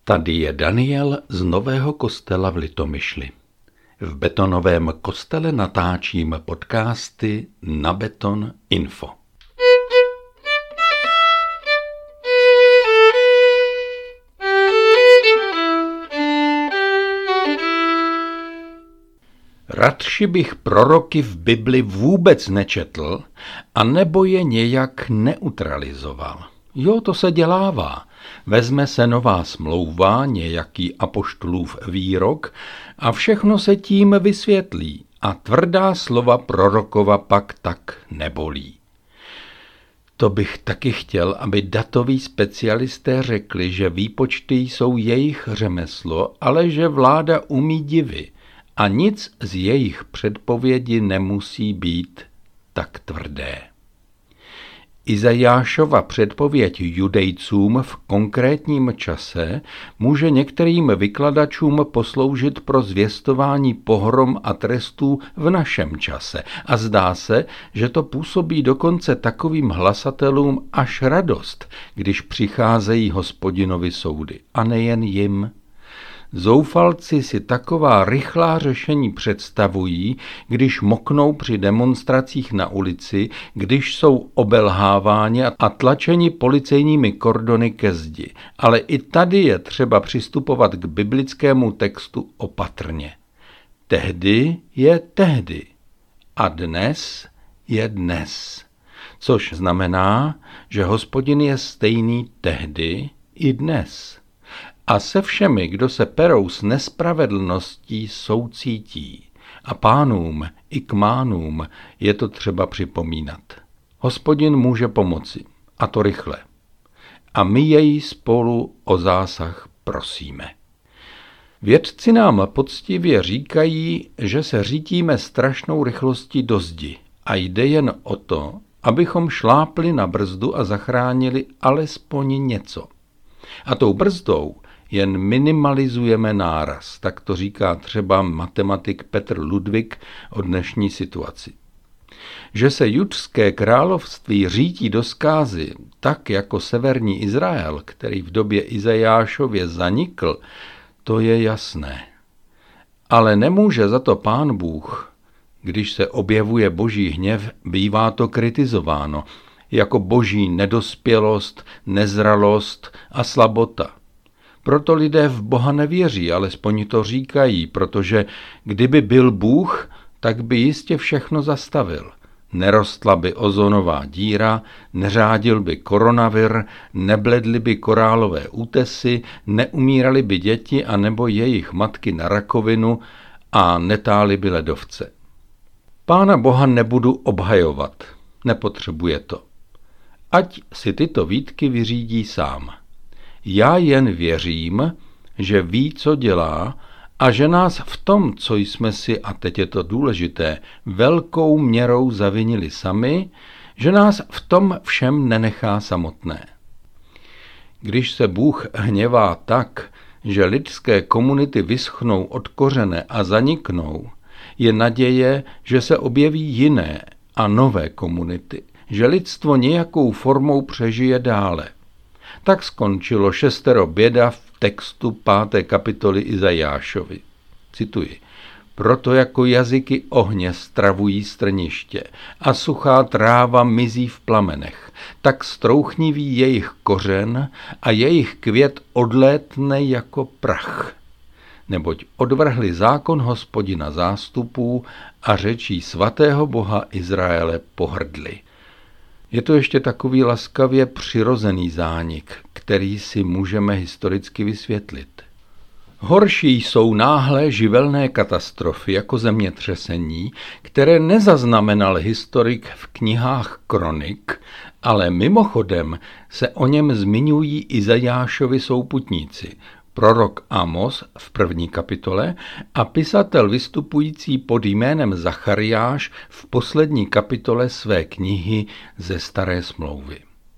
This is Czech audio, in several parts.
Tady je Daniel z Nového Kostela v Litomyšli. V betonovém kostele natáčím podcasty na Beton Info. Radši bych proroky v Bibli vůbec nečetl, anebo je nějak neutralizoval. Jo, to se dělává. Vezme se nová smlouva, nějaký apoštolův výrok a všechno se tím vysvětlí a tvrdá slova prorokova pak tak nebolí. To bych taky chtěl, aby datoví specialisté řekli, že výpočty jsou jejich řemeslo, ale že vláda umí divy a nic z jejich předpovědi nemusí být tak tvrdé. Izajášova předpověď judejcům v konkrétním čase může některým vykladačům posloužit pro zvěstování pohrom a trestů v našem čase. A zdá se, že to působí dokonce takovým hlasatelům až radost, když přicházejí Hospodinovi soudy. A nejen jim. Zoufalci si taková rychlá řešení představují, když moknou při demonstracích na ulici, když jsou obelháváni a tlačeni policejními kordony ke zdi. Ale i tady je třeba přistupovat k biblickému textu opatrně. Tehdy je tehdy a dnes je dnes. Což znamená, že Hospodin je stejný tehdy i dnes. A se všemi, kdo se perou s nespravedlností, soucítí. A pánům i kmánům je to třeba připomínat. Hospodin může pomoci, a to rychle. A my jej spolu o zásah prosíme. Vědci nám poctivě říkají, že se řítíme strašnou rychlostí do zdi a jde jen o to, abychom šlápli na brzdu a zachránili alespoň něco. A tou brzdou jen minimalizujeme náraz, tak to říká třeba matematik Petr Ludvík o dnešní situaci. Že se judské království řítí do zkázy, tak jako severní Izrael, který v době Izajášově zanikl, to je jasné. Ale nemůže za to Pán Bůh. Když se objevuje boží hněv, bývá to kritizováno jako boží nedospělost, nezralost a slabota. Proto lidé v Boha nevěří, alespoň to říkají, protože kdyby byl Bůh, tak by jistě všechno zastavil. Nerostla by ozonová díra, neřádil by koronavir, nebledly by korálové útesy, neumírali by děti anebo jejich matky na rakovinu a netály by ledovce. Pána Boha nebudu obhajovat, nepotřebuje to. Ať si tyto výtky vyřídí sám. Já jen věřím, že ví, co dělá a že nás v tom, co jsme si, a teď je to důležité, velkou měrou zavinili sami, že nás v tom všem nenechá samotné. Když se Bůh hněvá tak, že lidské komunity vyschnou od kořene a zaniknou, je naděje, že se objeví jiné a nové komunity, že lidstvo nějakou formou přežije dále. Tak skončilo 6 běda v textu 5. kapitoly Izajášovi. Cituji. Proto jako jazyky ohně stravují strniště a suchá tráva mizí v plamenech, tak strouchnivý jejich kořen a jejich květ odlétne jako prach. Neboť odvrhli zákon Hospodina zástupů a řečí svatého Boha Izraele pohrdli. Je to ještě takový laskavě přirozený zánik, který si můžeme historicky vysvětlit. Horší jsou náhlé živelné katastrofy jako zemětřesení, které nezaznamenal historik v knihách kronik, ale mimochodem se o něm zmiňují Izajášovi souputníci, prorok Amos v 1. kapitole a pisatel vystupující pod jménem Zachariáš v poslední kapitole své knihy ze Staré smlouvy.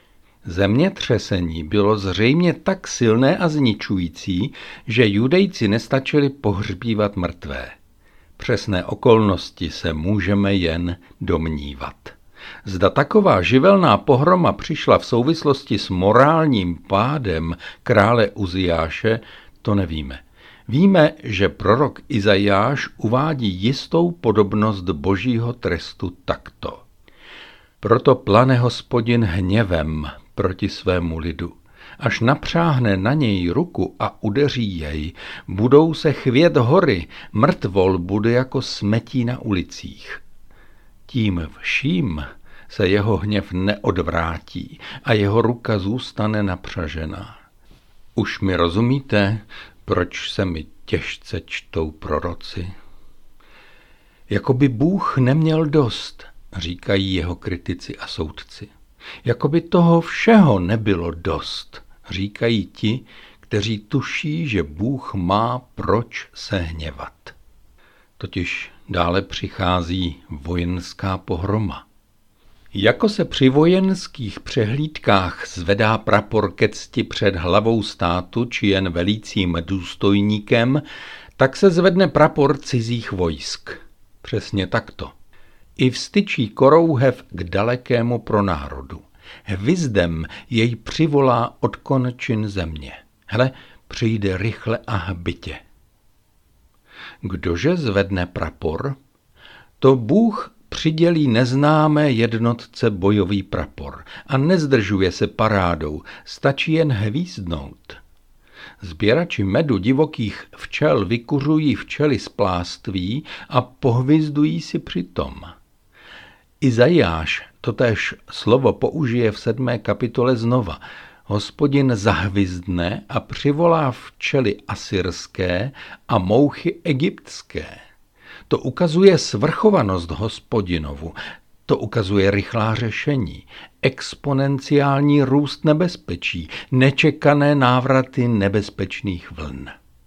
Zemětřesení bylo zřejmě tak silné a zničující, že Judejci nestačili pohřbívat mrtvé. Přesné okolnosti se můžeme jen domnívat. Zda taková živelná pohroma přišla v souvislosti s morálním pádem krále Uziáše, to nevíme. Víme, že prorok Izajáš uvádí jistou podobnost božího trestu takto. Proto plane Hospodin hněvem proti svému lidu. Až napřáhne na něj ruku a udeří jej, budou se chvět hory, mrtvol bude jako smetí na ulicích. Tím vším se jeho hněv neodvrátí a jeho ruka zůstane napřažená. Už mi rozumíte, proč se mi těžce čtou proroci? Jakoby Bůh neměl dost, říkají jeho kritici a soudci. Jakoby toho všeho nebylo dost, říkají ti, kteří tuší, že Bůh má proč se hněvat. Totiž dále přichází vojenská pohroma. Jako se při vojenských přehlídkách zvedá prapor ke cti před hlavou státu či jen velícím důstojníkem, tak se zvedne prapor cizích vojsk. Přesně takto. I vstyčí korouhev k dalekému pronárodu. Hvizdem jej přivolá od končin země. Hle, přijde rychle a hbitě. Kdože zvedne prapor? To Bůh přidělí neznámé jednotce bojový prapor a nezdržuje se parádou, stačí jen hvízdnout. Sběrači medu divokých včel vykuřují včely z pláství a pohvizdují si přitom. Izajáš totéž slovo použije v 7. kapitole znova. Hospodin zahvizdne a přivolá včely asyrské a mouchy egyptské. To ukazuje svrchovanost Hospodinovu, to ukazuje rychlá řešení, exponenciální růst nebezpečí, nečekané návraty nebezpečných vln.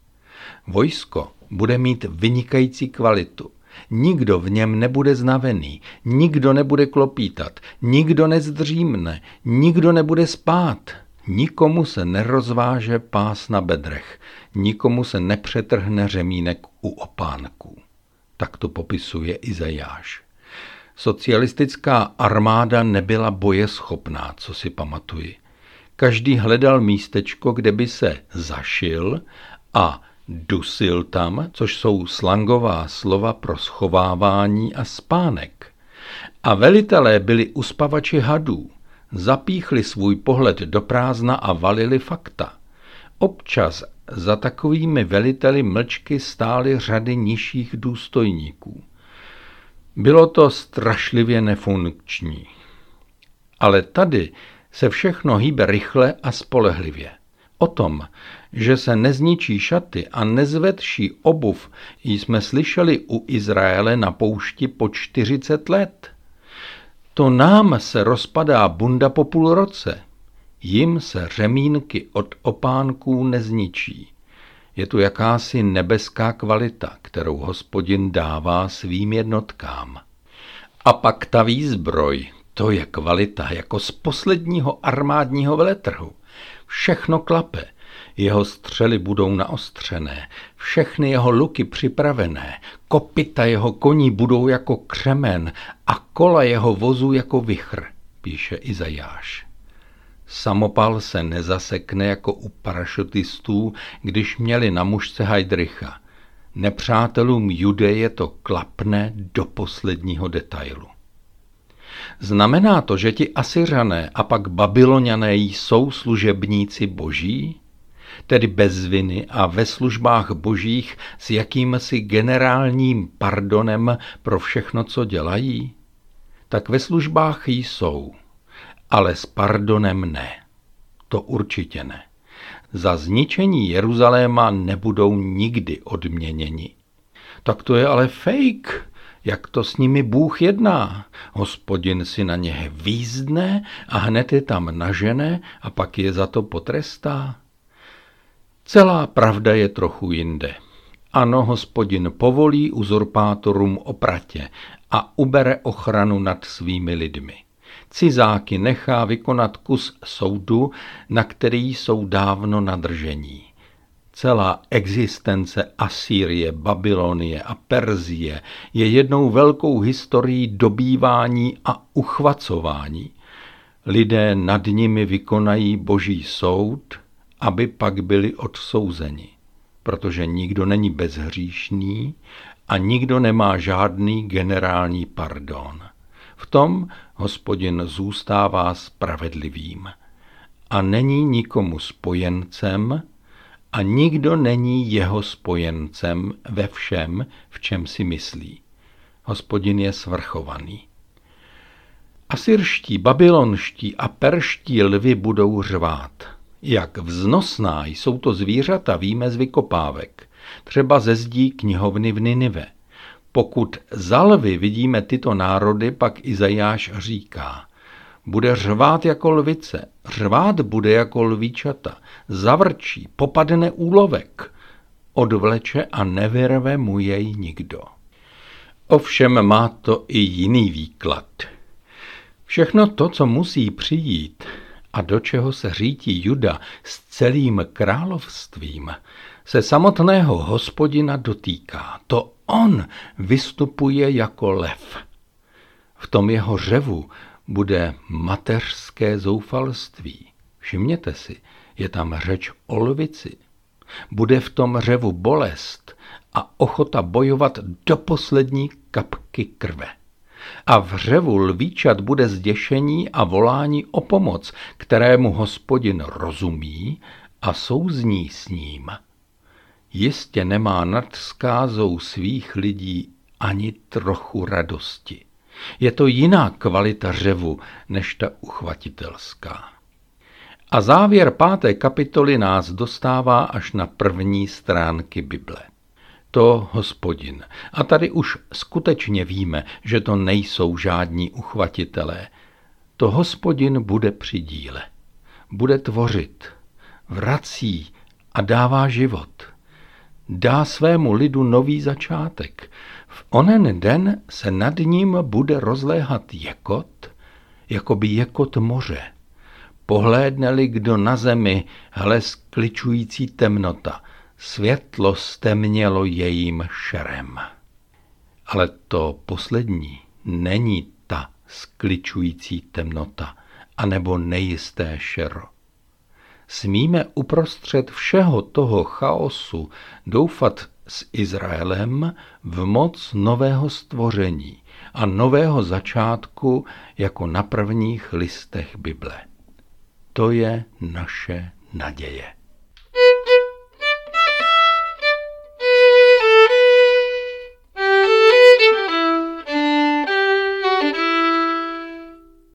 Vojsko bude mít vynikající kvalitu. Nikdo v něm nebude znavený, nikdo nebude klopítat, nikdo nezdřímne, nikdo nebude spát, nikomu se nerozváže pás na bedrech, nikomu se nepřetrhne řemínek u opánků. Tak to popisuje Izajáš. Socialistická armáda nebyla bojeschopná, co si pamatuji. Každý hledal místečko, kde by se zašil a dusil tam, což jsou slangová slova pro schovávání a spánek. A velitelé byli uspavači hadů, zapíchli svůj pohled do prázdna a valili fakta. Občas za takovými veliteli mlčky stály řady nižších důstojníků. Bylo to strašlivě nefunkční. Ale tady se všechno hýbe rychle a spolehlivě. O tom, že se nezničí šaty a nezvedší obuv, jsme slyšeli u Izraele na poušti po 40 let. To nám se rozpadá bunda po půl roce. Jim se řemínky od opánků nezničí. Je tu jakási nebeská kvalita, kterou Hospodin dává svým jednotkám. A pak ta výzbroj, to je kvalita jako z posledního armádního veletrhu. Všechno klape, jeho střely budou naostřené, všechny jeho luky připravené, kopyta jeho koní budou jako křemen a kola jeho vozů jako vichr, píše Izajáš. Samopal se nezasekne jako u parašutistů, když měli na mušce Heidricha. Nepřátelům Judeje to klapne do posledního detailu. Znamená to, že ti Asyřané a pak Babyloniané jsou služebníci boží? Tedy bez viny a ve službách božích s jakýmsi generálním pardonem pro všechno, co dělají? Tak ve službách jsou, ale s pardonem ne. To určitě ne. Za zničení Jeruzaléma nebudou nikdy odměněni. Tak to je ale fake. Jak to s nimi Bůh jedná? Hospodin si na ně hvízdne a hned je tam nažene a pak je za to potrestá? Celá pravda je trochu jinde. Ano, Hospodin povolí uzurpátorům opratě a ubere ochranu nad svými lidmi. Cizáky nechá vykonat kus soudu, na který jsou dávno nadržení. Celá existence Asýrie, Babylonie a Perzie je jednou velkou historií dobývání a uchvacování. Lidé nad nimi vykonají boží soud, aby pak byli odsouzeni, protože nikdo není bezhříšný a nikdo nemá žádný generální pardon. V tom Hospodin zůstává spravedlivým a není nikomu spojencem a nikdo není jeho spojencem ve všem, v čem si myslí. Hospodin je svrchovaný. Asyrští, babylonští a perští lvi budou řvát. Jak vznosná jsou to zvířata, víme z vykopávek, třeba ze zdí knihovny v Ninive. Pokud za lvy vidíme tyto národy, pak Izajáš říká: bude řvát jako lvice, řvát bude jako lvíčata, zavrčí, popadne úlovek, odvleče a nevyrve mu jej nikdo. Ovšem má to i jiný výklad. Všechno to, co musí přijít a do čeho se řítí Juda s celým královstvím, se samotného Hospodina dotýká. To on vystupuje jako lev. V tom jeho řevu bude mateřské zoufalství. Všimněte si, je tam řeč o lvici. Bude v tom řevu bolest a ochota bojovat do poslední kapky krve. A v řevu lvíčat bude zděšení a volání o pomoc, kterému Hospodin rozumí a souzní s ním. Jistě nemá nad zkázou svých lidí ani trochu radosti. Je to jiná kvalita řevu než ta uchvatitelská. A závěr 5. kapitoly nás dostává až na první stránky Bible. To Hospodin. A tady už skutečně víme, že to nejsou žádní uchvatitelé. To Hospodin bude při díle. Bude tvořit, vrací a dává život. Dá svému lidu nový začátek. V onen den se nad ním bude rozléhat jekot, jako by jekot moře. Pohlédne-li kdo na zemi, hle skličující temnota, světlo stemnělo jejím šerem. Ale to poslední není ta skličující temnota, anebo nejisté šero. Smíme uprostřed všeho toho chaosu doufat s Izraelem v moc nového stvoření a nového začátku jako na prvních listech Bible. To je naše naděje.